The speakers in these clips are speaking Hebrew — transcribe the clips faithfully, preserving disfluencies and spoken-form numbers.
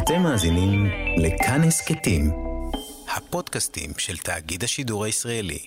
אתם מאזינים לכאן הסכתים, הפודקאסטים של תאגיד השידור הישראלי.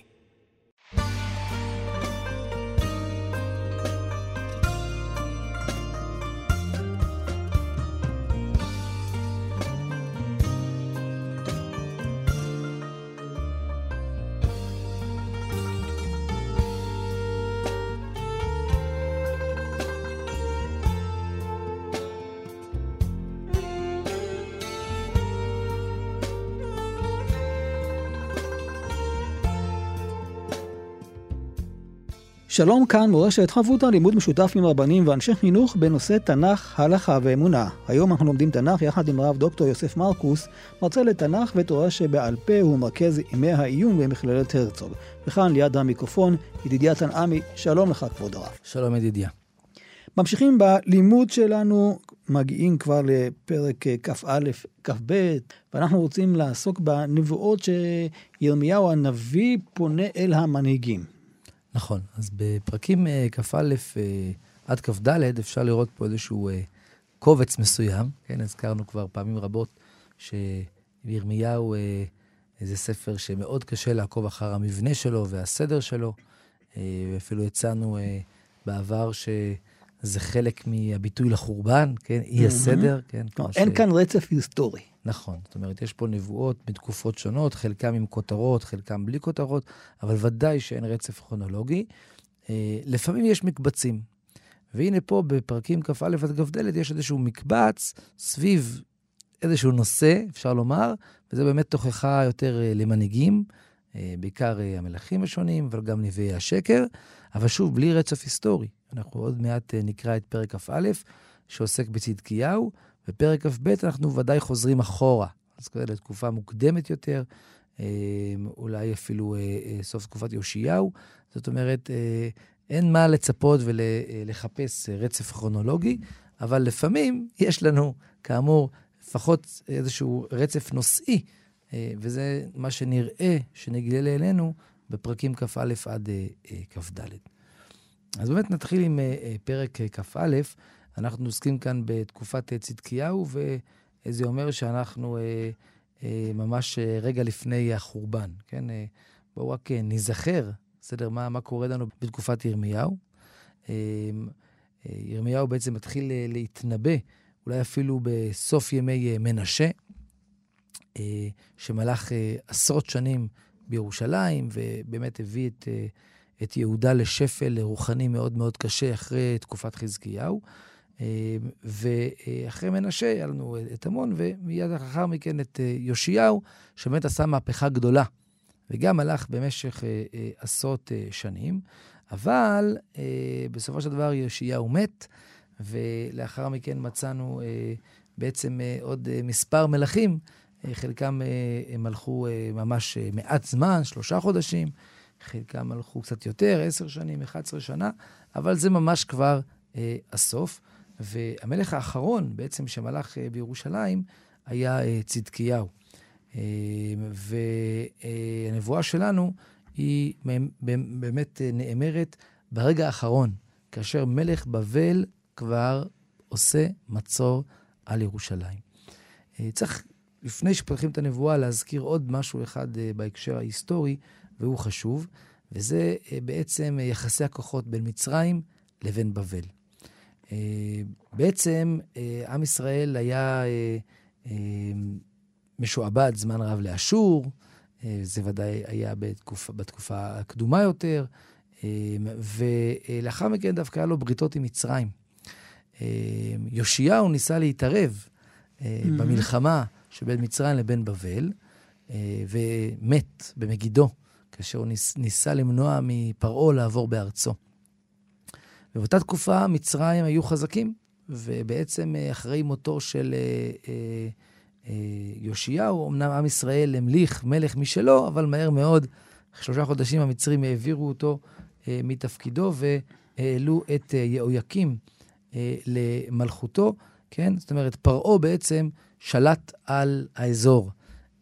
שלום, כאן מורשת, חבותה לימוד משותף עם רבנים ואנשי חינוך בנושא תנ"ך, הלכה ואמונה. היום אנחנו לומדים תנ"ך יחד עם רב דוקטור יוסף מרקוס, מרצה לתנ"ך ותורה שבעל פה, הוא מרכז ימי העיון במכללת הרצוג. וכאן ליד המיקרופון, ידידיה תנעמי, שלום לך כבוד הרב. שלום ידידיה. ממשיכים בלימוד שלנו, מגיעים כבר לפרק כ"א, כ"ב, ואנחנו רוצים לעסוק בנבואות שירמיהו הנביא פונה אל המנהיגים. נכון, אז בפרקים כ"א עד כ"ד אפשר לראות פה איזשהו קובץ מסוים, כן, הזכרנו כבר פעמים רבות שירמיהו זה ספר שמאוד קשה לעקוב אחר המבנה שלו והסדר שלו, ואפילו יצאנו בעבר שזה חלק מהביטוי לחורבן, כן, אי הסדר, כן. אין כאן רצף היסטורי. נכון, זאת אומרת, יש פה נבואות בתקופות שונות, חלקם עם כותרות, חלקם בלי כותרות, אבל ודאי שאין רצף כרונולוגי. לפעמים יש מקבצים, והנה פה בפרקים כ"א עד כ"ד יש איזשהו מקבץ סביב איזשהו נושא, אפשר לומר, וזה באמת תוכחה יותר למנהיגים, בעיקר המלכים השונים, אבל גם נביאי השקר, אבל שוב, בלי רצף היסטורי. אנחנו עוד מעט נקרא את פרק כ"א, שעוסק בצדקיהו, בפרק כ"ב אנחנו ודאי חוזרים אחורה, אז כזה לתקופה מוקדמת יותר, אולי אפילו סוף תקופת יאשיהו, זאת אומרת, אין מה לצפות ולחפש רצף כרונולוגי, אבל לפעמים יש לנו, כאמור, לפחות איזשהו רצף נושאי, וזה מה שנראה שנגלה לעינינו בפרקים כ"א עד כ"ד. אז באמת נתחיל עם פרק כ"א, אנחנו עוסקים כאן בתקופת צדקיהו, וזה אומר שאנחנו אה, אה, ממש רגע לפני החורבן, כן? אה, בואו רק נזכר, בסדר, מה, מה קורה לנו בתקופת ירמיהו. אה, אה, ירמיהו בעצם מתחיל להתנבא, אולי אפילו בסוף ימי מנשה, אה, שמלך אה, עשרות שנים בירושלים, ובאמת הביא את, אה, את יהודה לשפל רוחני מאוד מאוד קשה אחרי תקופת חזקיהו. ואחרי מנשה היה לנו את עמון, ומיד אחר מכן את יאשיהו, שבאמת עשה מהפכה גדולה, וגם הלך במשך עשרות שנים, אבל בסופו של דבר יאשיהו מת, ולאחר מכן מצאנו בעצם עוד מספר מלכים, חלקם מלכו ממש מעט זמן, שלושה חודשים, חלקם מלכו קצת יותר, עשר שנים, אחת עשרה שנה, אבל זה ממש כבר הסוף. והמלך האחרון בעצם שמלך בירושלים היה צדקיהו. והנבואה שלנו היא באמת נאמרת ברגע האחרון, כאשר מלך בבל כבר עושה מצור על ירושלים. צריך, לפני שפותחים את הנבואה, להזכיר עוד משהו אחד בהקשר ההיסטורי, והוא חשוב, וזה בעצם יחסי הכוחות בין מצרים לבין בבל. בעצם עם ישראל היה משועבד זמן רב לאשור, זה ודאי היה בתקופה, בתקופה הקדומה יותר, ולאחר מכן דווקא היה לו בריתות עם מצרים. יאשיהו ניסה להתערב במלחמה שבין מצרים לבין בבל, ומת במגידו, כאשר הוא ניסה למנוע מפרעה לעבור בארצו. ובאותה תקופה מצרים היו חזקים, ובעצם אחרי מותו של יאשיהו, אמנם עם ישראל המליך מלך משלו, אבל מהר מאוד, שלושה חודשים המצרים העבירו אותו מתפקידו, והעלו את יהויקים למלכותו, כן? זאת אומרת, פרעה בעצם שלט על האזור,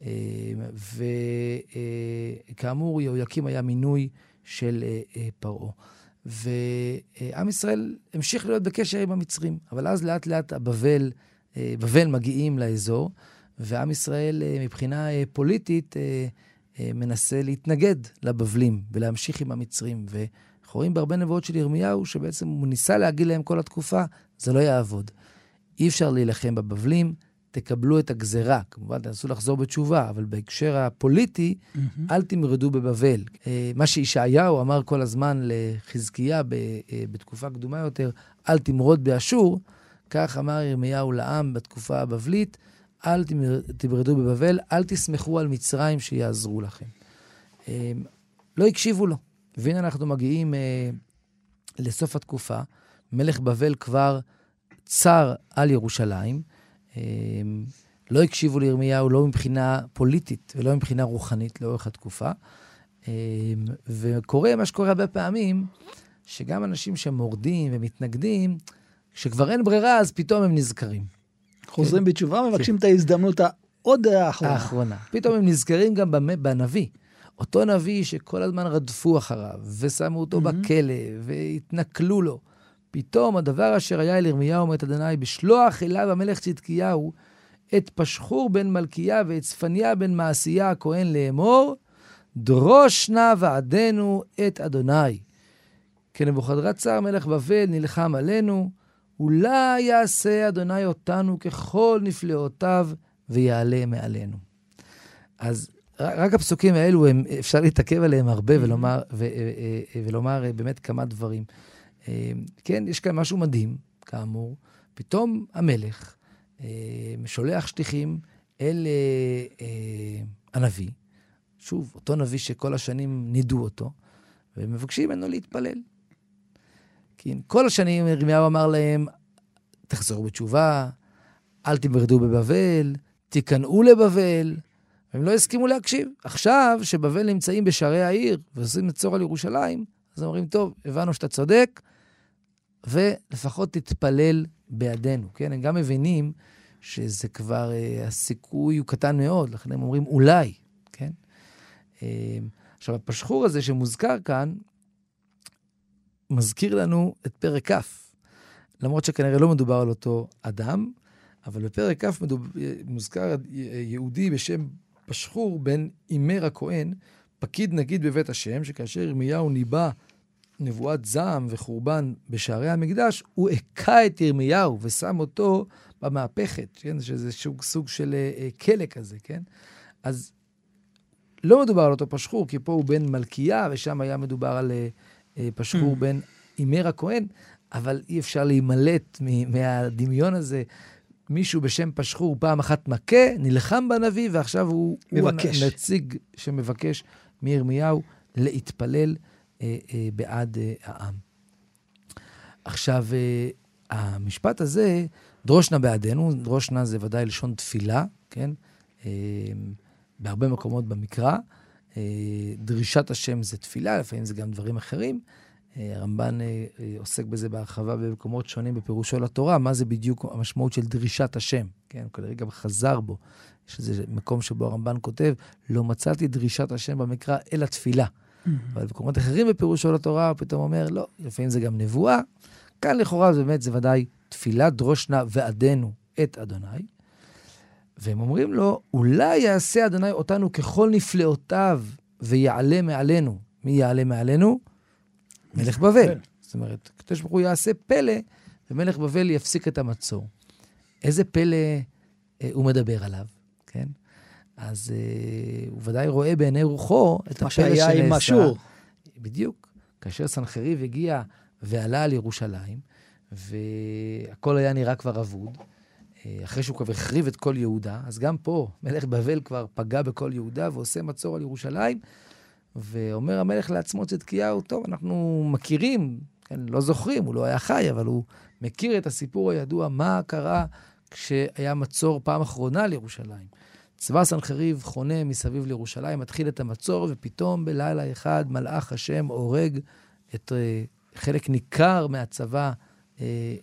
וכאמור, יהויקים היה מינוי של פרעה. ועם ישראל המשיך להיות בקשר עם המצרים, אבל אז לאט לאט הבבל בבל מגיעים לאזור, ועם ישראל מבחינה פוליטית מנסה להתנגד לבבלים ולהמשיך עם המצרים. ואנחנו רואים בהרבה נבואות של ירמיהו שבעצם הוא ניסה להגיד להם כל התקופה, זה לא יעבוד. אי אפשר להילחם בבבלים, תקבלו את הגזרה. כמובן, תנסו לחזור בתשובה, אבל בהקשר הפוליטי, mm-hmm. אל תמרדו בבבל. מה שישעיהו אמר כל הזמן לחזקיה בתקופה קדומה יותר, אל תמרוד באשור, כך אמר ירמיהו לעם בתקופה הבבלית, אל תמרדו בבבל, אל תסמכו על מצרים שיעזרו לכם. לא הקשיבו לו. והנה אנחנו מגיעים לסוף התקופה, מלך בבל כבר צר על ירושלים, לא הקשיבו לירמיהו לא מבחינה פוליטית ולא מבחינה רוחנית לאורך התקופה, וקורה מה שקורה הרבה פעמים, שגם אנשים שמורדים ומתנגדים, שכבר אין ברירה, אז פתאום הם נזכרים. חוזרים בתשובה, מבקשים את ההזדמנות העוד האחרונה. האחרונה. פתאום הם נזכרים גם בנביא. אותו נביא שכל הזמן רדפו אחריו, ושמו אותו בכלא, והתנכלו לו. פתאום הדבר אשר היה אל ירמיהו אומרת אדוני, בשלוח אליו המלך צדקיהו, את פשחור בן מלכיה ואת צפניה בן מעשיה הכהן לאמור, דרוש נא ועדנו את אדוני. כנבוכדרצר מלך בבל נלחם עלינו, אולי יעשה אדוני אותנו ככל נפלאותיו ויעלה מעלינו. אז רק הפסוקים האלו, הם, אפשר להתעכב עליהם הרבה ולומר, ו, ולומר באמת כמה דברים. כן, יש כאן משהו מדהים, כאמור. פתאום המלך שולח שליחים אל הנביא, שוב, אותו נביא שכל השנים נידו אותו, ומבקשים ממנו להתפלל. כי כל השנים ירמיהו אמר להם, תחזרו בתשובה, אל תמרדו בבבל, תיכנעו לבבל, והם לא הסכימו להקשיב. עכשיו שבבל נמצאים בשערי העיר, ועושים מצור על ירושלים, אז אומרים, טוב, הבנו שאתה צודק, ולפחות תתפלל בידינו. כן? הם גם מבינים שזה כבר, אה, הסיכוי הוא קטן מאוד, לכן הם אומרים, אולי. כן? אה, עכשיו, הפשחור הזה שמוזכר כאן, מזכיר לנו את פרק כ', למרות שכנראה לא מדובר על אותו אדם, אבל בפרק כ' מוזכר יהודי בשם פשחור בן אימר הכהן, פקיד נגיד בבית השם, שכאשר ירמיהו ניבא נבואת זעם וחורבן בשערי המקדש, הוא הקע את ירמיהו ושם אותו במהפכת, כן? שזה סוג, סוג של uh, כלא כזה, כן? אז לא מדובר על אותו פשחור, כי פה הוא בן מלכיה, ושם היה מדובר על uh, פשחור mm. בן אימר הכהן, אבל אי אפשר להימלט מ- מהדמיון הזה. מישהו בשם פשחור פעם אחת מכה, נלחם בנביא, ועכשיו הוא, הוא נציג שמבקש מירמיהו להתפלל אה, אה, בעד אה, העם. עכשיו, אה, המשפט הזה, דרושנה בעדנו, דרושנה זה ודאי לשון תפילה, כן? אה, בהרבה מקומות במקרא. אה, דרישת השם זה תפילה, לפעמים זה גם דברים אחרים. הרמב"ן עוסק בזה בהרחבה במקומות שונים בפירושו לתורה, מה זה בדיוק המשמעות של דרישת השם, כן? הוא כנראה גם חזר בו. יש איזה מקום שבו הרמב"ן כותב, לא מצאתי דרישת השם במקרא, אלא תפילה. Mm-hmm. אבל במקומות אחרים בפירושו לתורה, הוא פתאום אומר, לא, לפעמים זה גם נבואה. כאן לכאורה זה באמת, זה ודאי תפילה, דרושנה ועדנו את אדוני. והם אומרים לו, אולי יעשה אדוני אותנו ככל נפלאותיו ויעלה מעלינו. מי יעלה מעלינו? מלך בבל. זאת אומרת, הקדוש ברוך הוא יעשה פלא, ומלך בבל יפסיק את המצור. איזה פלא אה, הוא מדבר עליו, כן? אז אה, הוא ודאי רואה בעיני רוחו את הפלא שנעשה. מה שהיה עם אשור. בדיוק. כאשר סנחריב הגיע ועלה על ירושלים, והכל היה נראה כבר אבוד, אה, אחרי שהוא כבר החריב את כל יהודה, אז גם פה מלך בבל כבר פגע בכל יהודה, ועושה מצור על ירושלים, ואומר המלך לעצמו צדקיהו, טוב, אנחנו מכירים, כן, לא זוכרים, הוא לא היה חי, אבל הוא מכיר את הסיפור הידוע, מה קרה כשהיה מצור פעם אחרונה לירושלים. צבא סנחריב חונה מסביב לירושלים, מתחיל את המצור, ופתאום בלילה אחד מלאך השם הורג את uh, חלק ניכר מהצבא uh, uh,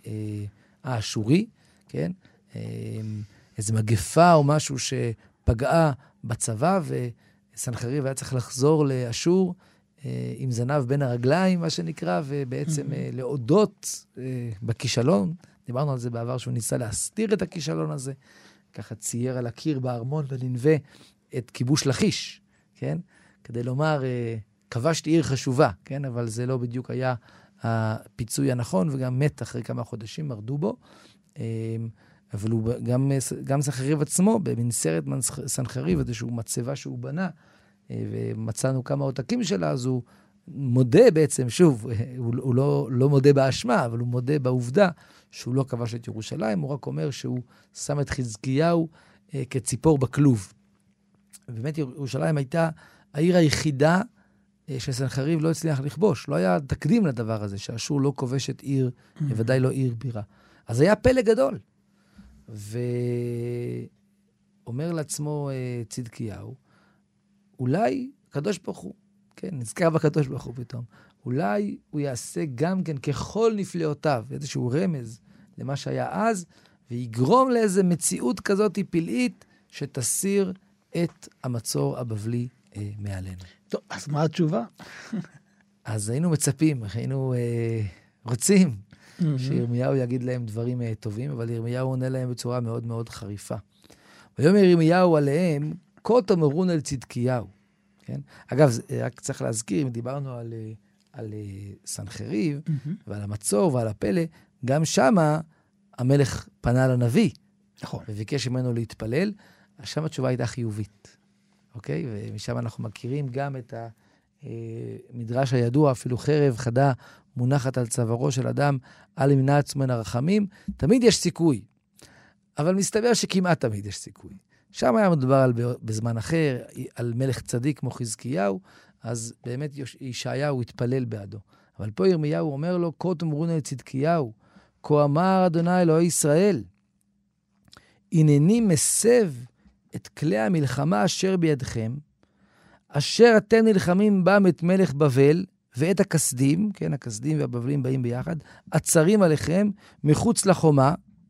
האשורי, כן? Uh, איזו מגפה או משהו שפגעה בצבא, ו... סנחריב היה צריך לחזור לאשור אה, עם זנב בין הרגליים, מה שנקרא, ובעצם אה, להודות אה, בכישלון, דיברנו על זה בעבר, שהוא ניסה להסתיר את הכישלון הזה, ככה צייר על הקיר בארמון בנינווה את כיבוש לכיש, כן? כדי לומר, כבשתי עיר חשובה, כן? אבל זה לא בדיוק היה הפיצוי הנכון, וגם מת אחרי כמה חודשים, מרדו בו. אבל הוא גם, גם סנחריב עצמו, במין סרט סנחריב, איזשהו מצבה שהוא בנה, ומצאנו כמה עותקים שלה, אז הוא מודה בעצם, שוב, הוא, הוא לא, לא מודה באשמה, אבל הוא מודה בעובדה שהוא לא כבש את ירושלים, הוא רק אומר שהוא שם את חזקיהו אה, כציפור בכלוב. ובאמת ירושלים הייתה העיר היחידה אה, שסנחריב לא הצליח לכבוש. לא היה תקדים לדבר הזה, שאשור לא כובש את עיר, בוודאי לא עיר בירה. אז היה פלא גדול. ואומר לעצמו אה, צדקיהו, אולי הקדוש ברוך הוא, כן, נזכר בקדוש ברוך הוא פתאום, אולי הוא יעשה גם כן ככל נפלאותיו, איזשהו רמז למה שהיה אז, ויגרום לאיזו מציאות כזאת פלאית, שתסיר את המצור הבבלי אה, מעלינו. טוב, אז מה התשובה? אז היינו מצפים, היינו אה, רוצים, mm-hmm. שירמיהו יגיד להם דברים אה, טובים, אבל ירמיהו עונה להם בצורה מאוד מאוד חריפה. ויאמר ירמיהו עליהם, כה תאמרון אל צדקיהו. כן? אגב, רק צריך להזכיר, אם דיברנו על, על סנחריב, mm-hmm. ועל המצור ועל הפלא, גם שמה המלך פנה לנביא. נכון. וביקש ממנו להתפלל, שם התשובה הייתה חיובית. אוקיי? ומשם אנחנו מכירים גם את המדרש הידוע, אפילו חרב חדה מונחת על צווארו של אדם, אל ימנע עצמו מן הרחמים, תמיד יש סיכוי. אבל מסתבר שכמעט תמיד יש סיכוי. שם היה מדובר על, בזמן אחר, על מלך צדיק כמו חזקיהו, אז באמת ישעיהו התפלל בעדו. אבל פה ירמיהו אומר לו, כה תאמרון אל צדקיהו, כה אמר אדוני אלוהי ישראל, הנני מסב את כלי המלחמה אשר בידכם, אשר אתם נלחמים בם את מלך בבל, ואת הכסדים, כן, הכסדים והבבלים באים ביחד, עצרים עליכם מחוץ לחומה,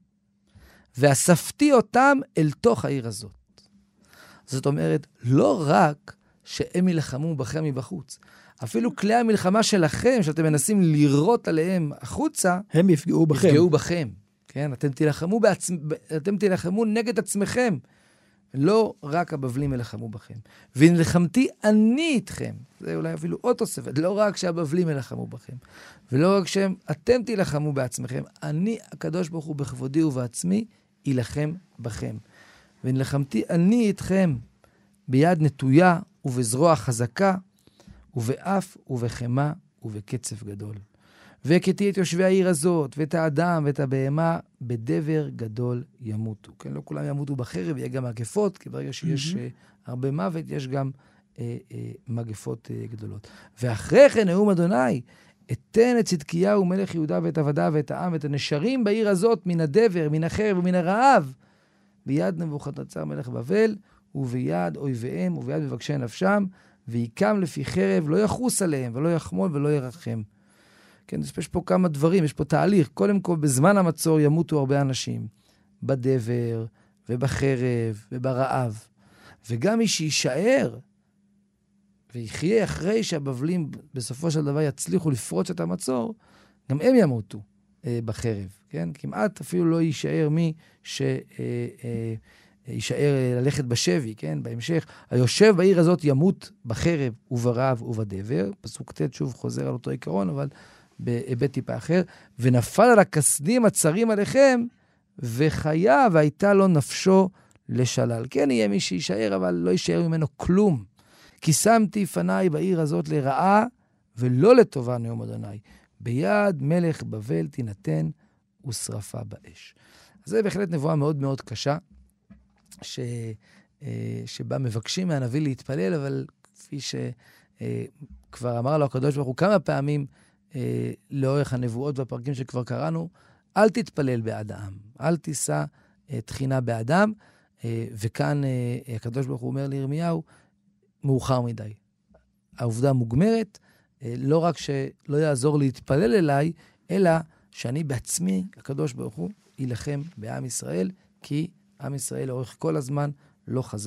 ואספתי אותם אל תוך העיר הזאת. זאת אומרת, לא רק שהם ילחמו בכם מבחוץ, אפילו כלי המלחמה שלכם, שאתם מנסים לירות עליהם החוצה, הם יפגעו בכם. יפגעו בכם. כן? אתם תילחמו, בעצ... אתם תילחמו נגד עצמכם. לא רק הבבלים ילחמו בכם. ונלחמתי אני איתכם. זה אולי אפילו עוד תוספת. לא רק שהבבלים ילחמו בכם. ולא רק שאתם תילחמו בעצמכם. אני, הקדוש ברוך הוא בכבודי ובעצמי, ילחם בכם. ונלחמתי אני איתכם ביד נטויה ובזרוע חזקה, ובאף ובחמה ובקצף גדול. והכיתי את יושבי העיר הזאת, ואת האדם ואת הבהמה, בדבר גדול ימותו. כן, לא כולם ימותו בחרב, יהיה גם מגפות, כי ברגע שיש mm-hmm. uh, הרבה מוות, יש גם uh, uh, מגפות uh, גדולות. ואחרי כן, נאום אדוני, אתן את צדקיהו מלך יהודה ואת עבדיו ואת העם, ואת הנשרים בעיר הזאת, מן הדבר, מן החרב ומן הרעב, ביד נבוכדנצר מלך בבל, וביד אויביהם, וביד מבקשי נפשם, ויקם לפי חרב, לא יחוס עליהם, ולא יחמול ולא ירחם. כן, יש פה כמה דברים, יש פה תהליך. קודם כל, בזמן המצור ימותו הרבה אנשים, בדבר, ובחרב, וברעב. וגם מי שישאר, ויחיה אחרי שהבבלים בסופו של דבר יצליחו לפרוץ את המצור, גם הם ימותו אה, בחרב. כן? כמעט אפילו לא יישאר מי שישאר אה, אה, ללכת בשבי, כן? בהמשך. היושב בעיר הזאת ימות בחרב וברעב ובדבר. פסוק ט' שוב חוזר על אותו עיקרון, אבל בהיבט טיפה אחר. ונפל על הכסדים הצרים עליכם, וחיה והייתה לו נפשו לשלל. כן, יהיה מי שישאר, אבל לא יישאר ממנו כלום. כי שמתי פניי בעיר הזאת לרעה, ולא לטובה נאום אדוני. ביד מלך בבל תינתן ושרפה באש. אז זה בהחלט נבואה מאוד מאוד קשה, ש, שבה מבקשים מהנביא להתפלל, אבל כפי שכבר אמר לו הקדוש ברוך הוא כמה פעמים, לאורך הנבואות והפרקים שכבר קראנו, אל תתפלל בעד העם, אל תישא תחינה בעדם, וכאן הקדוש ברוך הוא אומר לירמיהו, מאוחר מדי. העובדה מוגמרת, לא רק שלא יעזור להתפלל אליי, אלא שאני בעצמי, הקדוש ברוך הוא, ילחם בעם ישראל, כי עם ישראל לאורך כל הזמן לא חזר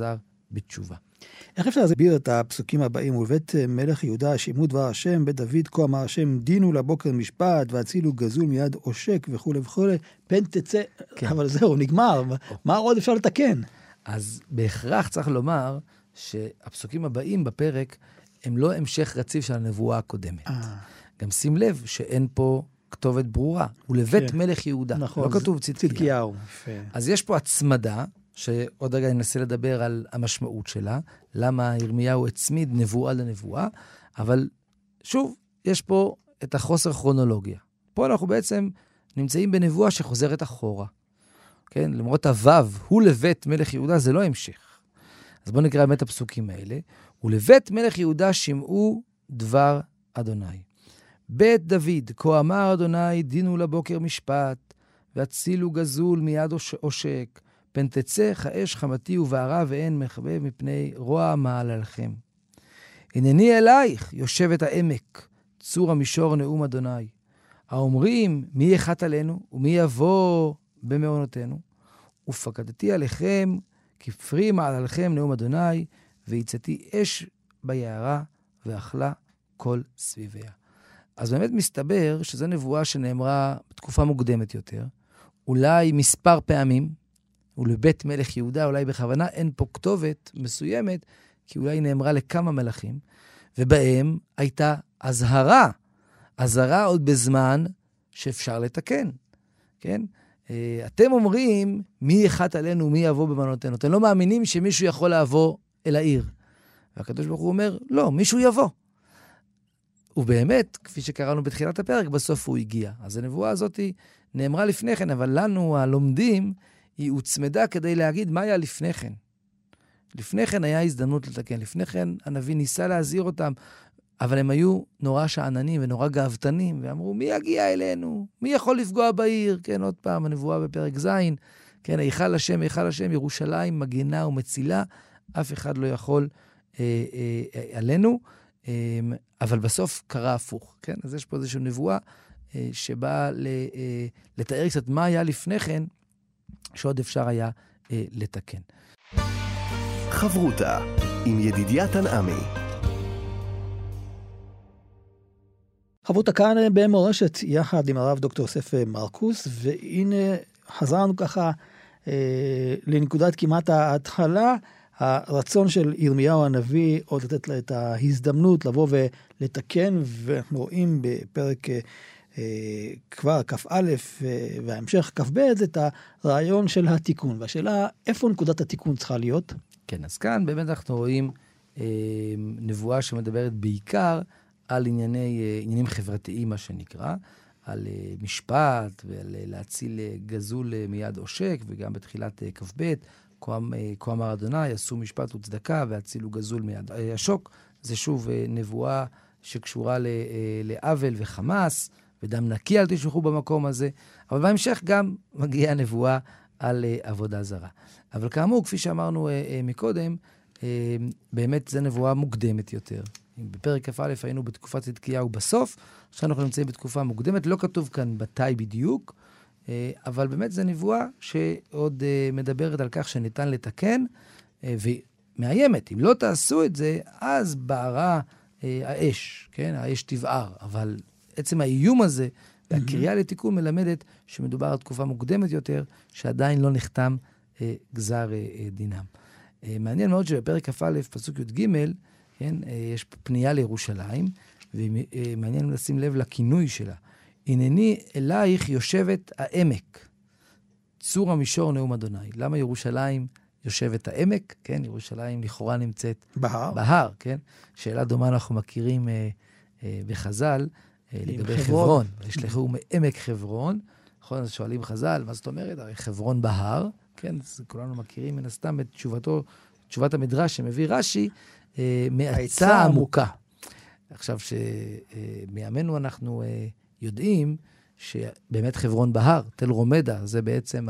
בתשובה. איך אפשר להסביר את הפסוקים הבאים? ולבית מלך יהודה שמעו דבר השם, בית דוד כה אמר השם, דינו לבוקר משפט, והצילו גזול מיד עושק וכו' וכו', פן תצא, כן. אבל זהו, נגמר. או. מה עוד אפשר לתקן? אז בהכרח צריך לומר שהפסוקים הבאים בפרק הם לא המשך רציף של הנבואה הקודמת. 아. גם שים לב שאין פה כתובת ברורה. ולבית כן. מלך יהודה. נכון. לא כתוב צדקיהו. צדקיהו. אז יש פה הצמדה, שעוד רגע ננסה לדבר על המשמעות שלה, למה ירמיהו הצמיד נבואה לנבואה, אבל שוב, יש פה את החוסר כרונולוגיה. פה אנחנו בעצם נמצאים בנבואה שחוזרת אחורה. כן? למרות הוו, הוא לבית מלך יהודה, זה לא המשך. אז בואו נקרא באמת הפסוקים האלה. ולבית מלך יהודה שמעו דבר אדוני. בית דוד, כה אמר אדוני, דינו לבוקר משפט, והצילו גזול מיד עושק, פן תצא כאש חמתי ובערה ואין מחבב מפני רוע מעללכם. הנני אלייך יושבת העמק, צור המישור נאום אדוני. האומרים מי יחת עלינו ומי יבוא במעונותינו. ופקדתי עליכם כפרי מעללכם נאום אדוני, ויצאתי אש ביערה ואכלה כל סביביה. אז באמת מסתבר שזו נבואה שנאמרה בתקופה מוקדמת יותר, אולי מספר פעמים, ולבית מלך יהודה, אולי בכוונה אין פה כתובת מסוימת, כי אולי היא נאמרה לכמה מלכים, ובהם הייתה הזהרה, הזהרה עוד בזמן שאפשר לתקן, כן? אתם אומרים, מי יחת עלינו, מי יבוא במעונותינו? אתם לא מאמינים שמישהו יכול לעבור אל העיר. והקדוש ברוך הוא אומר, לא, מישהו יבוא. ובאמת, כפי שקראנו בתחילת הפרק, בסוף הוא הגיע. אז הנבואה הזאת נאמרה לפני כן, אבל לנו, הלומדים, היא הוצמדה כדי להגיד מה היה לפני כן. לפני כן היה הזדמנות לתקן. לפני כן הנביא ניסה להזהיר אותם, אבל הם היו נורא שעננים ונורא גאוותנים, ואמרו, מי יגיע אלינו? מי יכול לפגוע בעיר? כן, עוד פעם, הנבואה בפרק זין, כן, היכל השם, היכל השם, ירושלים, מגינה ומצילה, אף אחד לא יכול אה, אה, עלינו, אה, אבל בסוף קרה הפוך, כן? אז יש פה איזושהי נבואה אה, שבאה ל, אה, לתאר קצת מה היה לפני כן, שעוד אפשר היה אה, לתקן. חברותה עם ידידיה תנעמי. חברותה כאן במורשת יחד עם הרב דוקטור יוסף מרקוס, והנה חזרנו ככה אה, לנקודת כמעט ההתחלה, הרצון של ירמיהו הנביא עוד לתת לה את ההזדמנות לבוא ולתקן, ואנחנו רואים בפרק אה, כבר כף א' וההמשך כף ב' את הרעיון של התיקון, והשאלה איפה נקודת התיקון צריכה להיות? כן, אז כאן באמת אנחנו רואים אה, נבואה שמדברת בעיקר על ענייני, עניינים חברתיים, מה שנקרא, על uh, משפט ועל uh, להציל uh, גזול uh, מיד עושק, וגם בתחילת uh, כף ב', כה אמר אדוני, עשו משפט וצדקה והצילו גזול מיד עשוק. זה שוב uh, נבואה שקשורה ל, uh, לעוול וחמאס, ודם נקי אל תשלחו במקום הזה, אבל בהמשך גם מגיעה נבואה על uh, עבודה זרה. אבל כאמור, כפי שאמרנו uh, uh, מקודם, uh, באמת זו נבואה מוקדמת יותר. בפרק כ"א היינו בתקופת צדקיהו בסוף, עכשיו אנחנו נמצאים בתקופה מוקדמת, לא כתוב כאן מתי בדיוק, אבל באמת זו נבואה שעוד מדברת על כך שניתן לתקן, ומאיימת, אם לא תעשו את זה, אז בערה האש, כן? האש תבער, אבל עצם האיום הזה, והקריאה לתיקון מלמדת שמדובר על תקופה מוקדמת יותר, שעדיין לא נחתם גזר דינם. מעניין מאוד שבפרק כ"א, פסוק י"ג, כן, יש פנייה לירושלים, ומעניין לשים לב לכינוי שלה. הנני אלייך יושבת העמק, צור המישור נאום אדוני. למה ירושלים יושבת העמק? כן, ירושלים לכאורה נמצאת בהר. בהר, כן? שאלה דומה אנחנו מכירים אה, אה, בחז"ל, אה, לגבי חברון. וישלחו מעמק חברון. נכון, אז שואלים חז"ל, מה זאת אומרת? הרי חברון בהר, כן? אז כולנו מכירים מן הסתם את תשובתו, תשובת המדרש שמביא רש"י, מעצה עמוקה. עכשיו שמימינו אנחנו יודעים שבאמת חברון בהר, תל רומדה, זה בעצם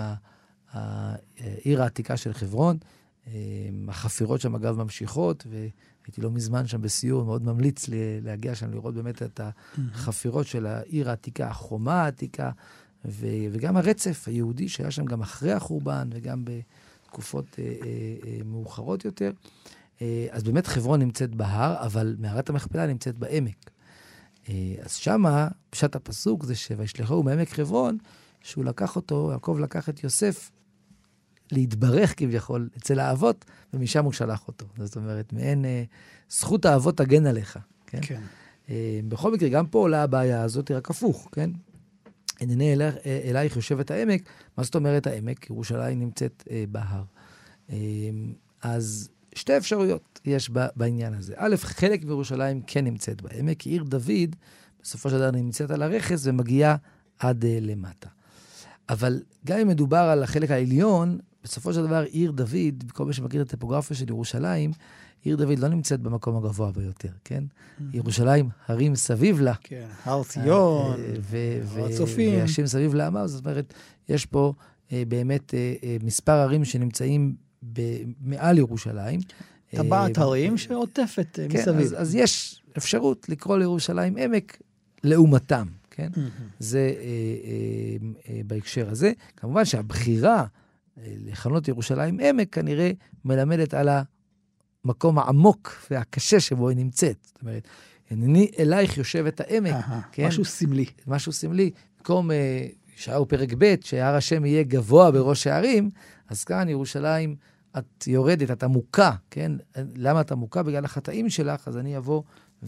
העיר העתיקה של חברון. החפירות שם אגב ממשיכות, והייתי לא מזמן שם בסיור, מאוד ממליץ להגיע שם לראות באמת את החפירות של העיר העתיקה, החומה העתיקה, וגם הרצף היהודי שהיה שם גם אחרי החורבן וגם בתקופות אה, אה, אה, מאוחרות יותר. אה, אז באמת חברון נמצאת בהר, אבל מערת המכפלה נמצאת בעמק. אה, אז שמה, פשט הפסוק זה שוישלחוהו מעמק חברון, שהוא לקח אותו, יעקב לקח את יוסף, להתברך כביכול אצל האבות, ומשם הוא שלח אותו. זאת אומרת, מעין אה, זכות האבות תגן עליך. כן? כן. אה, בכל מקרה, גם פה עולה הבעיה הזאת, רק הפוך, כן? הנני אלייך, אלייך יושבת העמק. מה זאת אומרת העמק? ירושלים נמצאת אה, בהר. אה, אז שתי אפשרויות יש בעניין הזה. א', חלק מירושלים כן נמצאת בעמק, כי עיר דוד, בסופו של דבר נמצאת על הרכס ומגיעה עד אה, למטה. אבל גם אם מדובר על החלק העליון, בסופו של דבר עיר דוד, כל מי שמכיר את הטופוגרפיה של ירושלים, עיר דוד לא נמצאת במקום הגבוה ביותר, כן? Mm-hmm. ירושלים, הרים סביב לה. כן, הר ציון, הר הצופים. והשם סביב לה אמר, זאת אומרת, יש פה אה, באמת אה, אה, מספר ערים שנמצאים מעל ירושלים. טבעת אה, הרים שעוטפת כן, מסביב. אז, אז יש אפשרות לקרוא לירושלים עמק לעומתם, כן? Mm-hmm. זה אה, אה, אה, בהקשר הזה. כמובן שהבחירה אה, לכנות ירושלים עמק כנראה מלמדת על ה... מקום העמוק והקשה שבו היא נמצאת. זאת אומרת, הנני אלייך יושבת העמק. כן? משהו סמלי. משהו סמלי. במקום ישעיהו פרק ב' שהר השם יהיה גבוה בראש הערים, אז כאן ירושלים, את יורדת, את עמוקה, כן? למה את עמוקה? בגלל החטאים שלך, אז אני אבוא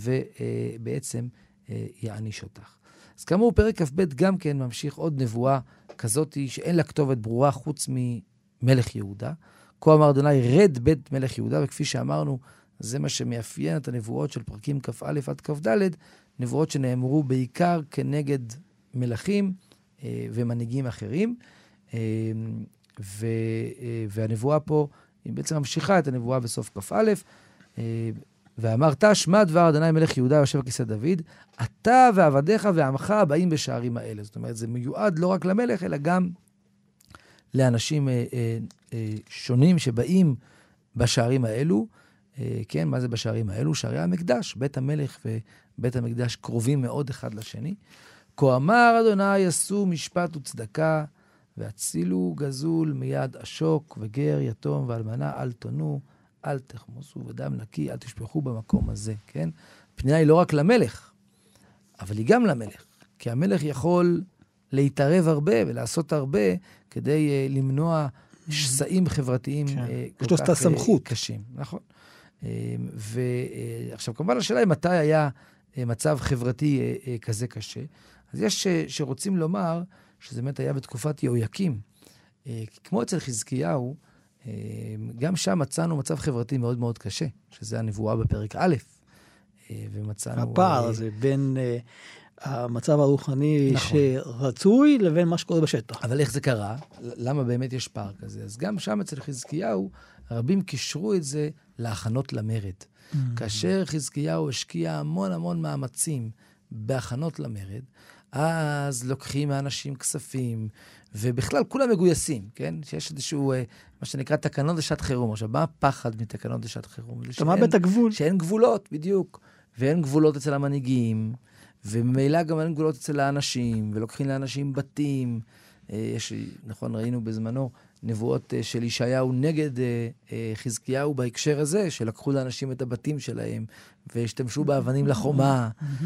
ובעצם יעניש אותך. אז כאמור, פרק כ"ב גם כן ממשיך עוד נבואה כזאת שאין לה כתובת ברורה חוץ ממלך יהודה. כה אמר אדוני, רד בית מלך יהודה, וכפי שאמרנו, זה מה שמאפיין את הנבואות של פרקים כ"א עד כ"ד, נבואות שנאמרו בעיקר כנגד מלכים אה, ומנהיגים אחרים, אה, ו, אה, והנבואה פה, היא בעצם ממשיכה את הנבואה בסוף כ"א, אה, ואמרת, שמע דבר אדוני מלך יהודה יושב בכיסא דוד, אתה ועבדיך ועמך הבאים בשערים האלה. זאת אומרת, זה מיועד לא רק למלך, אלא גם לאנשים אה, אה, אה, שונים שבאים בשערים האלו. אה, כן, מה זה בשערים האלו? שערי המקדש, בית המלך ובית המקדש קרובים מאוד אחד לשני. כה אמר אדוני עשו משפט וצדקה, והצילו גזול מיד עשוק וגר יתום ואלמנה, אל תונו, אל תחמוסו ודם נקי, אל תשפכו במקום הזה, כן? פנייה היא לא רק למלך, אבל היא גם למלך, כי המלך יכול להתערב הרבה ולעשות הרבה כדי uh, למנוע שסעים חברתיים כן. uh, כל כך uh, קשים. נכון. Uh, ועכשיו, uh, כמובן השאלה היא מתי היה uh, מצב חברתי uh, uh, כזה קשה. אז יש uh, שרוצים לומר שזה באמת היה בתקופת יהויקים. Uh, כמו אצל חזקיהו, uh, גם שם מצאנו מצב חברתי מאוד מאוד קשה, שזה הנבואה בפרק א', uh, ומצאנו... הפער הזה uh, בין... Uh, המצב הרוחני נכון. שרצוי לבין מה שקורה בשטח. אבל איך זה קרה? למה באמת יש פער כזה? אז גם שם אצל חזקיהו, הרבים קישרו את זה להכנות למרד. Mm-hmm. כאשר חזקיהו השקיע המון המון מאמצים בהכנות למרד, אז לוקחים מהאנשים כספים, ובכלל כולם מגויסים, כן? שיש איזשהו, מה שנקרא תקנות לשעת חירום. עכשיו, מה הפחד מתקנות לשעת חירום? אתה מאבד הגבול. שאין גבולות, בדיוק. ואין גבולות אצל המנהיגים, וממילא גם אין גבולות אצל האנשים, ולוקחים לאנשים בתים. יש, נכון, ראינו בזמנו נבואות של ישעיהו נגד חזקיהו בהקשר הזה, שלקחו לאנשים את הבתים שלהם, והשתמשו באבנים לחומה,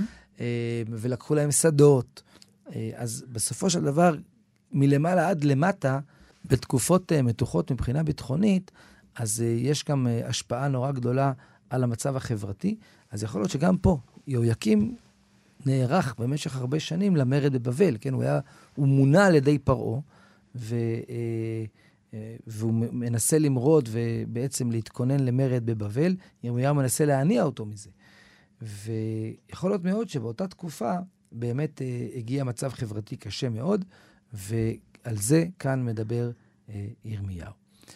ולקחו להם שדות. אז בסופו של דבר, מלמעלה עד למטה, בתקופות מתוחות מבחינה ביטחונית, אז יש גם השפעה נורא גדולה על המצב החברתי. אז יכול להיות שגם פה, יהויקים נערך במשך הרבה שנים למרד בבבל, כן? הוא היה, הוא מונה על ידי פרעה, ו, והוא מנסה למרוד ובעצם להתכונן למרד בבבל. ירמיהו מנסה להניע אותו מזה. ויכול להיות מאוד שבאותה תקופה באמת הגיע מצב חברתי קשה מאוד, ועל זה כאן מדבר ירמיהו.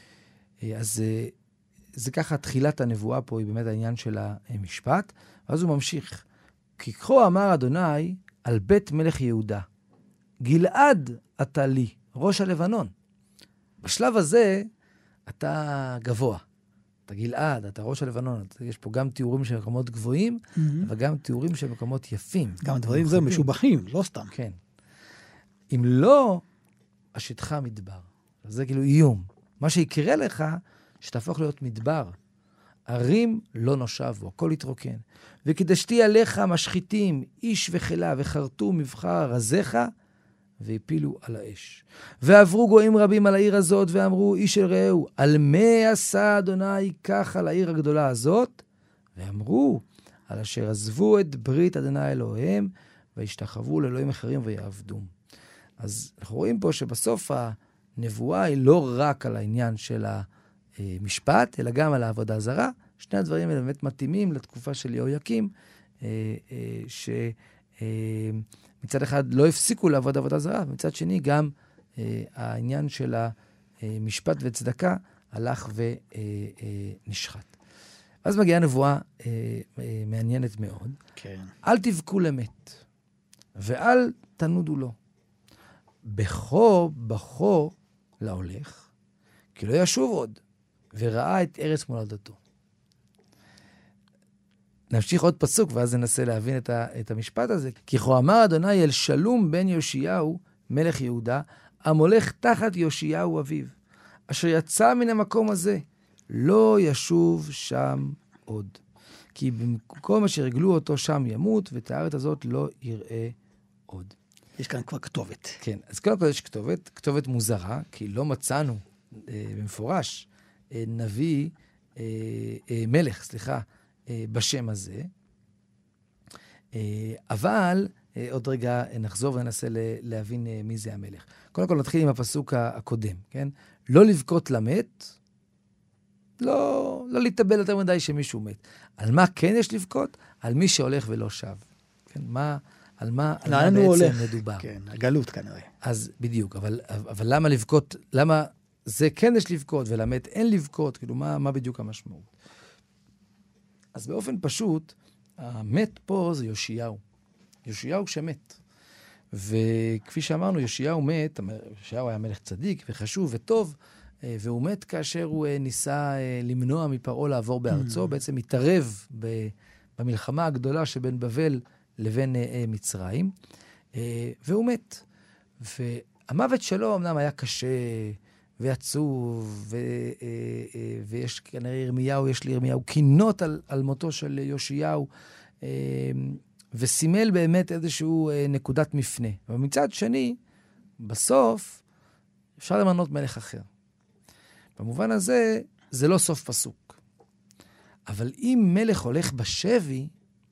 אז זה ככה, תחילת הנבואה פה היא באמת העניין של המשפט, ואז הוא ממשיך. כי כה אמר אדוני על בית מלך יהודה, גלעד אתה לי, ראש הלבנון. בשלב הזה אתה גבוה, אתה גלעד, אתה ראש הלבנון. יש פה גם תיאורים של מקומות גבוהים, mm-hmm. אבל גם תיאורים של מקומות יפים. גם דברים זה משובחים, לא סתם. כן. אם לא, אשתך מדבר. זה כאילו איום. מה שיקרה לך, שתהפוך להיות מדבר. ערים לא נושבו, הכל יתרוקן. וקידשתי עליך משחיתים, איש וחילה, וחרטו מבחר רזיך, והפילו על האש. ועברו גויים רבים על העיר הזאת, ואמרו, איש אל רעהו, על מה עשה אדוני כך על העיר הגדולה הזאת? ואמרו, על אשר עזבו את ברית אדוני אלוהיהם, והשתחוו לאלוהים אחרים ויעבדום. אז אנחנו רואים פה שבסוף הנבואה היא לא רק על העניין של המשפט, אלא גם על העבודה הזרה. שני הדברים האלה באמת מתאימים לתקופה של יהויקים, שמצד אחד לא הפסיקו לעבוד עבודה זרה, ומצד שני גם העניין של המשפט וצדקה הלך ונשחט. אז מגיעה נבואה מעניינת מאוד. כן. אל תבכו למת, ואל תנודו לו. בכו בכו להולך, כי לא ישוב עוד, וראה את ארץ מולדתו. נמשיך עוד פסוק, ואז ננסה להבין את, ה, את המשפט הזה. כי כה אמר אדוני אל שלום בן יאשיהו, מלך יהודה, המולך תחת יאשיהו אביו, אשר יצא מן המקום הזה, לא ישוב שם עוד. כי במקום אשר רגלו אותו שם ימות, ואת הארץ הזאת לא יראה עוד. יש כאן כבר כתובת. כן, אז קודם כל יש כתובת, כתובת מוזרה, כי לא מצאנו אה, במפורש אה, נביא, אה, אה, מלך, סליחה, אה, בשם הזה. אה, אבל אה, עוד רגע נחזור וננסה להבין אה, מי זה המלך. קודם כל נתחיל עם הפסוק הקודם, כן? לא לבכות למת, לא, לא להתאבל יותר מדי שמישהו מת. על מה כן יש לבכות? על מי שהולך ולא שב. כן, מה... על מה, על מה בעצם הולך. מדובר. כן, הגלות כנראה. אז בדיוק, אבל, אבל למה לבכות, למה זה כן יש לבכות ולמת אין לבכות, כאילו מה, מה בדיוק המשמעות? אז באופן פשוט, המת פה זה יאשיהו. יאשיהו שמת. וכפי שאמרנו, יאשיהו מת, יאשיהו היה מלך צדיק וחשוב וטוב, והוא מת כאשר הוא ניסה למנוע מפרעה לעבור בארצו, בעצם התערב במלחמה הגדולה שבין בבל לבין אה, מצרים, אה, והוא מת. והמוות שלו אמנם היה קשה ועצוב, ו, אה, אה, ויש כנראה ירמיהו, יש לי ירמיהו קינות על, על מותו של יאשיהו, אה, וסימל באמת איזשהו אה, נקודת מפנה. אבל מצד שני, בסוף אפשר למנות מלך אחר. במובן הזה, זה לא סוף פסוק. אבל אם מלך הולך בשבי,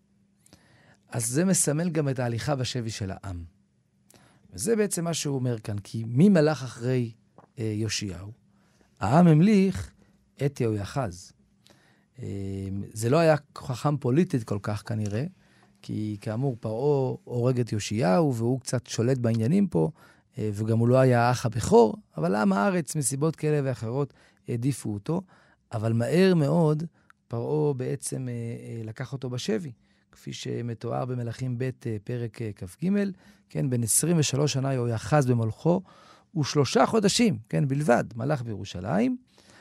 אז זה מסמל גם את ההליכה בשבי של העם. וזה בעצם מה שהוא אומר כאן, כי מי מלך אחרי אה, יאשיהו? העם המליך את יהויחז. אה, זה לא היה חכם פוליטית כל כך כנראה, כי כאמור פרעה הורג את יאשיהו, והוא קצת שולט בעניינים פה, אה, וגם הוא לא היה האח הבכור, אבל עם הארץ מסיבות כאלה ואחרות העדיפו אותו, אבל מהר מאוד פרעה בעצם אה, אה, לקח אותו בשבי. כפי שמתואר במלכים ב' פרק כ"ג, כן, בין עשרים ושלוש שנה יהויחז במלכו, ושלושה חודשים, כן, בלבד, מלך בירושלים,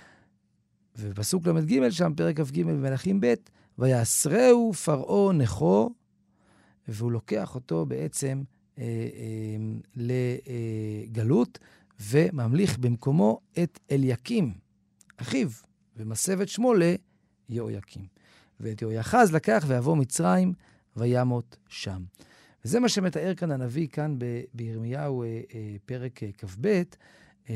ובפסוק למד ג' שם, פרק כ"ג במלכים ב', ויאסרהו פרעה נכו, והוא לוקח אותו בעצם אה, אה, לגלות, וממליך במקומו את אליקים, אחיו, ומסב את שמו ליהויקים. ואת יהויחז לקח ויבוא מצרים וימות שם. וזה מה שמתאר כאן הנביא, כאן ב- בירמיהו אה, אה, פרק אה, כ"ב, אה,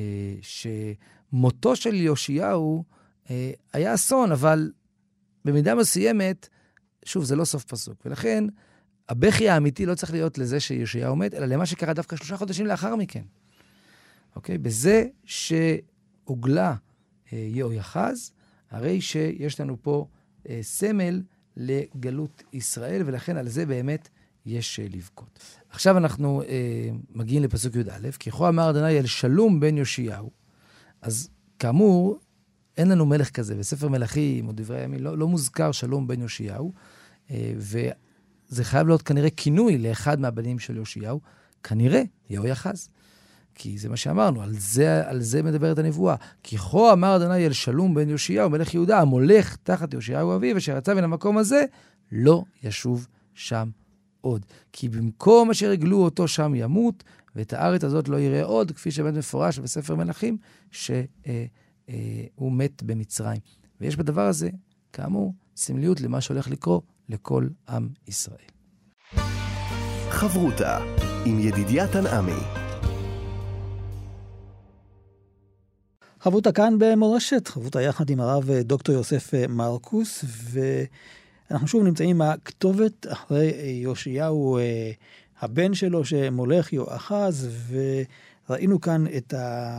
שמותו של יאשיהו אה, היה אסון, אבל במידה מסוימת, שוב, זה לא סוף פסוק. ולכן, הבכי האמיתי לא צריך להיות לזה שיאשיהו מת, אלא למה שקרה דווקא שלושה חודשים לאחר מכן. אוקיי? בזה שהוגלה אה, יהויחז, הרי שיש לנו פה סמל לגלות ישראל, ולכן על זה באמת יש לבכות. עכשיו אנחנו אה, מגיעים לפסוק י"א, כי כה אמר אדוני אל שלום בן יאשיהו. אז כאמור, אין לנו מלך כזה, בספר מלכים או דברי הימים לא, לא מוזכר שלום בן יאשיהו, אה, וזה חייב להיות כנראה כינוי לאחד מהבנים של יאשיהו, כנראה יהויחז. כי זה מה שאמרנו, על זה, על זה מדברת הנבואה. כי כה אמר אדוני אל שלום בן יאשיהו, מלך יהודה, המולך תחת יאשיהו אביו, אשר יצא מן המקום הזה, לא ישוב שם עוד. כי במקום אשר יגלו אותו שם ימות, ואת הארץ הזאת לא יראה עוד, כפי שבאמת מפורש בספר מלכים, ש, אה, הוא מת במצרים. ויש בדבר הזה, כאמור, סמליות למה שהולך לקרוא לכל עם ישראל. חברותה עם ידידיה תנעמי. חברותה כאן במורשת, חברותה יחד עם הרב דוקטור יוסף מרקוס, ואנחנו שוב נמצאים הכתובת אחרי יאשיהו, הבן שלו שמולך יואחז, וראינו כאן את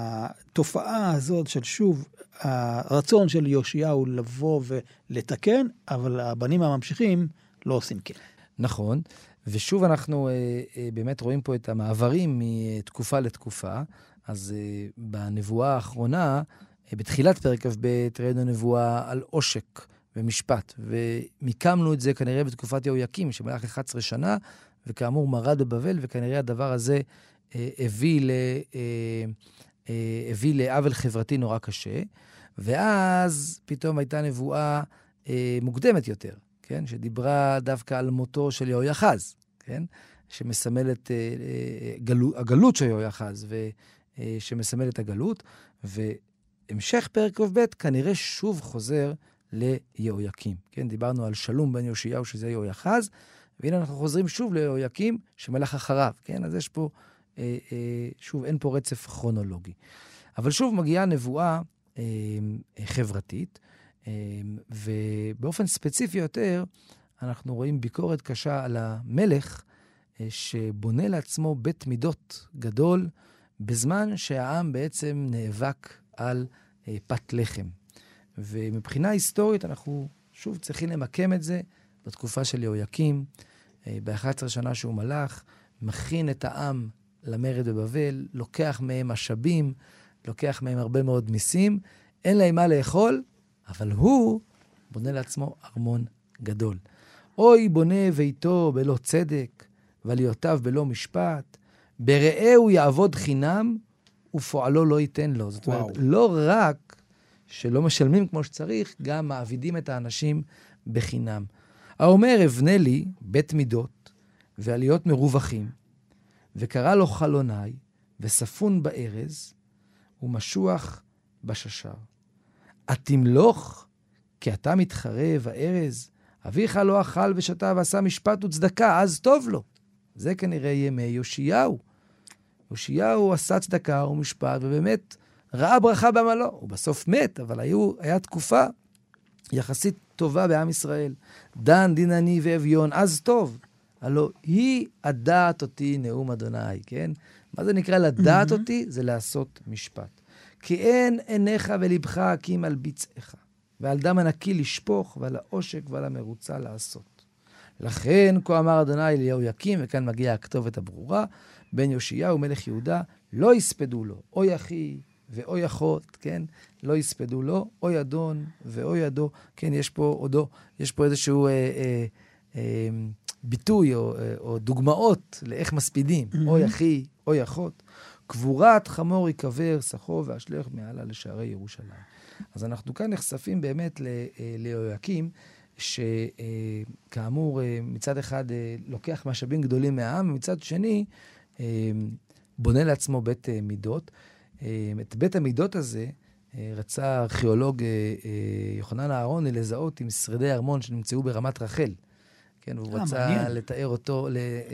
התופעה הזאת של שוב, הרצון של יאשיהו לבוא ולתקן, אבל הבנים הממשיכים לא עושים כן. נכון, ושוב אנחנו באמת רואים פה את המעברים מתקופה לתקופה, אז uh, בנבואה האחרונה, uh, בתחילת פרק כ"ב, ראינו נבואה על עושק ומשפט, ומיקמנו את זה כנראה בתקופת יהויקים, שמלך אחת עשרה שנה, וכאמור מרד בבבל, וכנראה הדבר הזה uh, הביא, ל, uh, uh, הביא לעוול חברתי נורא קשה, ואז פתאום הייתה נבואה uh, מוקדמת יותר, כן? שדיברה דווקא על מותו של יהויחז, כן? שמסמל את uh, גלו, הגלות של יהויחז, ו... שמסמל את הגלות, והמשך פרק כ"ב כנראה שוב חוזר ליהויקים. כן, דיברנו על שלום בן יאשיהו שזה יהויחז, והנה אנחנו חוזרים שוב ליהויקים שמלך אחריו. כן, אז יש פה, אה, אה, שוב, אין פה רצף כרונולוגי. אבל שוב מגיעה נבואה אה, חברתית, אה, ובאופן ספציפי יותר, אנחנו רואים ביקורת קשה על המלך, אה, שבונה לעצמו בית מידות גדול, בזמן שהעם בעצם נאבק על אה, פת לחם. ומבחינה היסטורית אנחנו שוב צריכים למקם את זה בתקופה של יהויקים, אה, ב-אחת עשרה שנה שהוא מלך, מכין את העם למרד בבבל, לוקח מהם משאבים, לוקח מהם הרבה מאוד מיסים, אין להם מה לאכול, אבל הוא בונה לעצמו ארמון גדול. אוי בונה ביתו בלא צדק, ועליותיו בלא משפט, ברעהו יעבוד חינם, ופועלו לא ייתן לו. זאת אומרת, לא רק שלא משלמים כמו שצריך, גם מעבידים את האנשים בחינם. האומר, אבנה לי בית מידות, ועליות מרווחים, וקרא לו חלוני, וספון בארז, ומשוח בששר. התמלוך, כי אתה מתחרה בארז, אביך לא אכל ושתה ועשה משפט וצדקה, אז טוב לו. זה כנראה ימי יאשיהו. יאשיהו עשה צדקה ומשפט, ובאמת ראה ברכה בעמלו. הוא בסוף מת, אבל היו, היה תקופה יחסית טובה בעם ישראל. דן, דין אני ואביון, אז טוב. הלא היא הדעת אותי נאום אדוני, כן? מה זה נקרא לדעת אותי? זה לעשות משפט. כי אין עיניך ולבך הקים על ביצעך, ועל דם הנקי לשפוך, ועל העושק ועל המרוצה לעשות. לכן, כה אמר אדוני ליהויקים, וכאן מגיעה הכתובת הברורה, בן יאשיהו מלך יהודה, לא יספדו לו, אוי אחי ואוי אחות, כן? לא יספדו לו, אוי אדון ואוי ידו, כן? יש פה עודו, יש פה איזשהו אה, אה, אה, ביטוי או, אה, או דוגמאות לאיך מספידים, mm-hmm. אוי אחי, אוי אחות, קבורת חמור יקבר, סחו ואשלך מעלה לשערי ירושלים. אז אנחנו כאן נחשפים באמת ליהויקים, שכאמור מצד אחד לוקח משאבים גדולים מהעם, ומצד שני בונה לעצמו בית מידות. את בית המידות הזה רצה ארכיאולוג יוחנן אהרוני לזהות עם שרידי ארמון שנמצאו ברמת רחל. כן, הוא רצה לתאר אותו,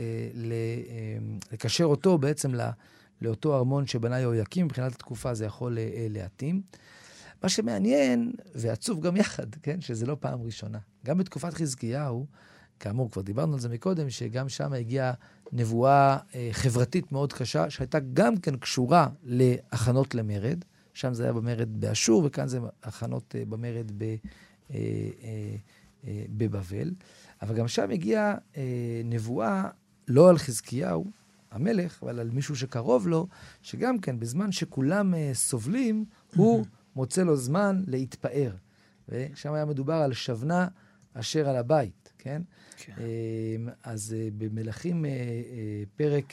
לקשר אותו בעצם לאותו ארמון שבנה יהויקים, מבחינת התקופה זה יכול להתאים. מה שמעניין, ועצוב גם יחד, כן, שזה לא פעם ראשונה. גם בתקופת חזקיהו, כאמור, כבר דיברנו על זה מקודם, שגם שם הגיעה נבואה אה, חברתית מאוד קשה, שהייתה גם כן קשורה להכנות למרד. שם זה היה במרד באשור, וכאן זה הכנות אה, במרד ב, אה, אה, אה, בבבל. אבל גם שם הגיעה אה, נבואה, לא על חזקיהו, המלך, אבל על מישהו שקרוב לו, שגם כן, בזמן שכולם אה, סובלים, הוא מוצא לו זמן להתפאר. ושם היה מדובר על שבנה אשר על הבית, כן? כן. אז במלכים פרק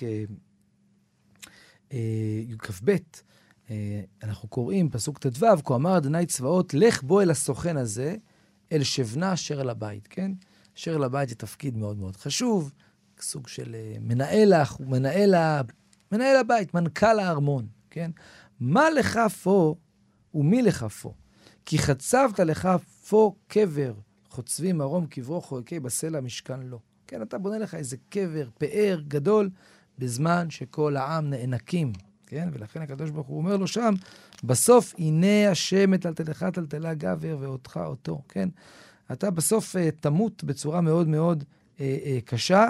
כ"ב, אנחנו קוראים פסוק ט"ו, כה אמר אדוני צבאות, לך בוא אל הסוכן הזה, אל שבנה אשר על הבית, כן? אשר על הבית זה תפקיד מאוד מאוד חשוב, סוג של מנהל, מנהל, מנהל הבית, מנכ"ל הארמון, כן? מה לך פה ומי לכפו? כי חצבת לך פו קבר, חוצבים מרום קברו חורקי בסלע משכן לו. כן, אתה בונה לך איזה קבר, פאר גדול, בזמן שכל העם נאנקים. כן, ולכן הקדוש ברוך הוא אומר לו שם, בסוף הנה השם מטלטלך טלטלה גבר ואותך אותו. כן, אתה בסוף uh, תמות בצורה מאוד מאוד uh, uh, קשה,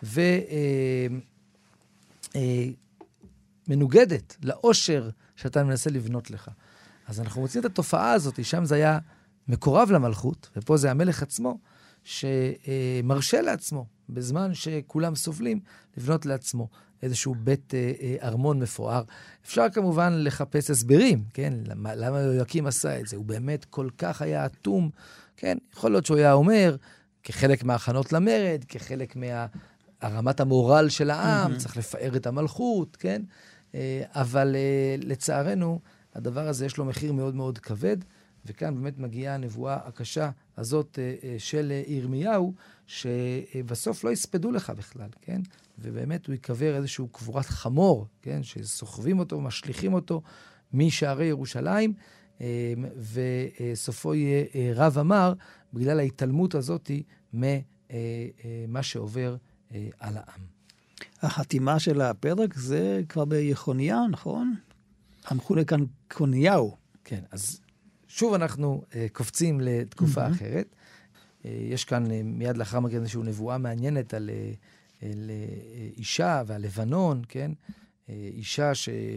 ומנוגדת uh, uh, לאושר שאתה מנסה לבנות לך. אז אנחנו מוצאים את התופעה הזאת, שם זה היה מקורב למלכות, ופה זה המלך עצמו, שמרשה לעצמו, בזמן שכולם סובלים, לבנות לעצמו איזשהו בית אה, אה, ארמון מפואר. אפשר כמובן לחפש הסברים, כן? למה, למה יהויקים עשה את זה? הוא באמת כל כך היה אטום, כן? יכול להיות שהוא היה אומר, כחלק מההכנות למרד, כחלק מהרמת המורל של העם, mm-hmm. צריך לפאר את המלכות, כן? אה, אבל אה, לצערנו, הדבר הזה יש לו מחיר מאוד מאוד כבד, וכאן באמת מגיעה הנבואה הקשה הזאת של ירמיהו, שבסוף לא יספדו לך בכלל, כן? ובאמת הוא יקבר איזשהו קבורת חמור, כן? שסוחבים אותו, משליכים אותו משערי ירושלים, וסופו יהיה רב אמר, בגלל ההתעלמות הזאת ממה שעובר על העם. החתימה של הפרק זה כבר ביחוניה, נכון? המכונה כאן קוניהו. כן, אז שוב אנחנו uh, קופצים לתקופה mm-hmm. אחרת. Uh, יש כאן uh, מיד לאחר מכן איזושהי נבואה מעניינת על uh, uh, אישה ועל לבנון, כן? Uh, אישה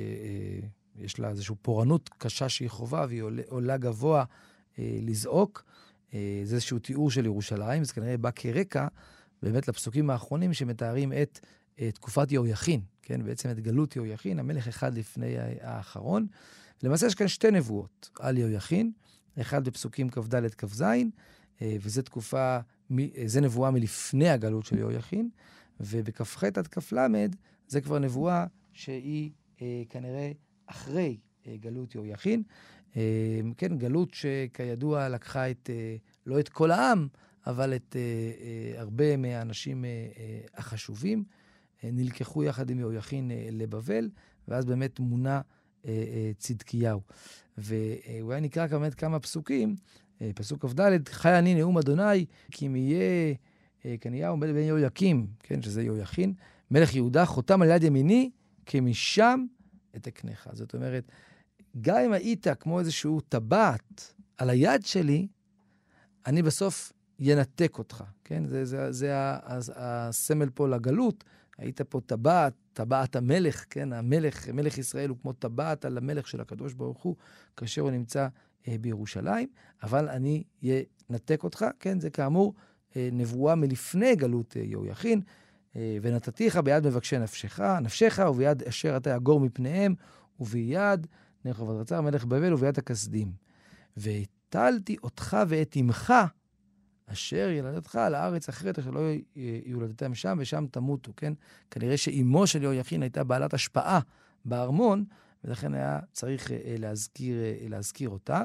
שיש uh, לה איזושהי פורענות קשה שהיא חובה, והיא עולה, עולה גבוה uh, לזעוק. Uh, זה איזשהו תיאור של ירושלים, זה כנראה בא כרקע, באמת לפסוקים האחרונים שמתארים את uh, תקופת יהויכין, כן? בעצם את גלות יהויכין, המלך אחד לפני האחרון. למעשה יש כאן שתי נבואות על יהויכין, אחד בפסוקים כ"ד כ"ז, וזו תקופה, זה נבואה מלפני הגלות של יהויכין, ובכ"ח עד כ"ל זה כבר נבואה שהיא כנראה אחרי גלות יהויכין. כן, גלות שכידוע לקחה את, לא את כל העם, אבל את הרבה מהאנשים החשובים, נלקחו יחד עם יהויכין לבבל, ואז באמת מונה צדקיהו. ואולי נקרא באמת כמה פסוקים, פסוק כ"ד, חי אני נאום אדוני, כי אם יהיה קניהו בן יהויקים, כן, שזה יהויכין, מלך יהודה, חותם על יד ימיני, כמשם אתקנך. זאת אומרת, גם אם היית כמו איזשהו טבעת על היד שלי, אני בסוף ינתק אותך, כן? זה, זה, זה הסמל פה לגלות, היית פה טבעת, טבעת המלך, כן? המלך, מלך ישראל הוא כמו טבעת על המלך של הקדוש ברוך הוא, כאשר הוא נמצא אה, בירושלים, אבל אני ינתק אותך, כן? זה כאמור אה, נבואה מלפני גלות אה, יהויכין, אה, ונתתיך ביד מבקשי נפשך, נפשך, וביד אשר אתה יגור מפניהם, וביד נבוכדנצר מלך בבל, וביד הכסדים. והטלתי אותך ואת אמך, אשר ילדתך על הארץ אחרת, אשר לא יולדתם שם, ושם תמותו, כן? כנראה שאימו של יהויכין הייתה בעלת השפעה בארמון, ולכן היה צריך להזכיר, להזכיר אותה.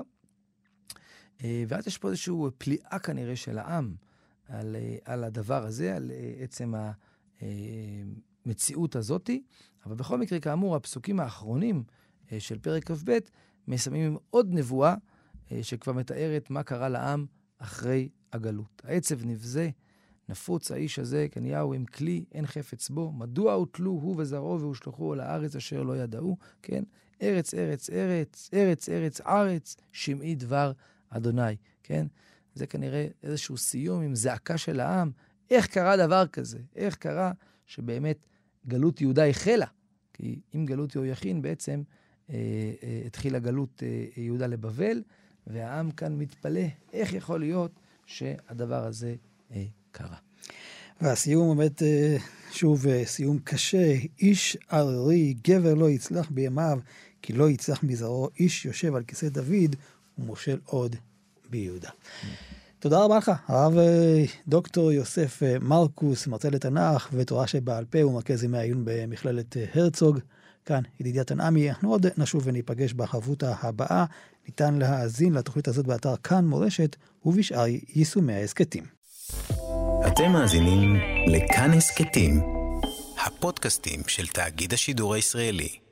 ואז יש פה איזושהי פליאה כנראה של העם על, על הדבר הזה, על עצם המציאות הזאת. אבל בכל מקרה, כאמור, הפסוקים האחרונים של פרק כ"ב מסיימים עם עוד נבואה שכבר מתארת מה קרה לעם אחרי הגלות. העצב נבזה, נפוץ האיש הזה, קניהו עם כלי, אין חפץ בו, מדוע הוטלו הוא וזרעו והושלחו לארץ אשר לא ידעו, כן? ארץ, ארץ, ארץ, ארץ, ארץ, ארץ, שמעי דבר אדוני, כן? זה כנראה איזשהו סיום עם זעקה של העם. איך קרה דבר כזה? איך קרה שבאמת גלות יהודה החלה? כי אם גלות יהויכין בעצם אה, אה, התחילה גלות אה, יהודה לבבל, והעם כאן מתפלא, איך יכול להיות שהדבר הזה אה, קרה. והסיום באמת, אה, שוב, אה, סיום קשה, איש עררי, גבר לא יצלח בימיו, כי לא יצלח מזרעו, איש יושב על כיסא דוד, ומושל עוד ביהודה. Mm. תודה רבה לך, הרב אה, דוקטור יוסף אה, מרקוס, מרצה לתנ"ך ותורה שבעל פה, ומרכז ימי העיון במכללת אה, הרצוג. כאן ידידיה תנעמי, אנחנו עוד נשוב וניפגש בחברותה הבאה. ניתן להאזין לתוכנית הזאת באתר כאן מורשת ובשאר יישומי ההסכתים. אתם מאזינים לכאן הסכתים, הפודקאסטים של תאגיד השידור הישראלי.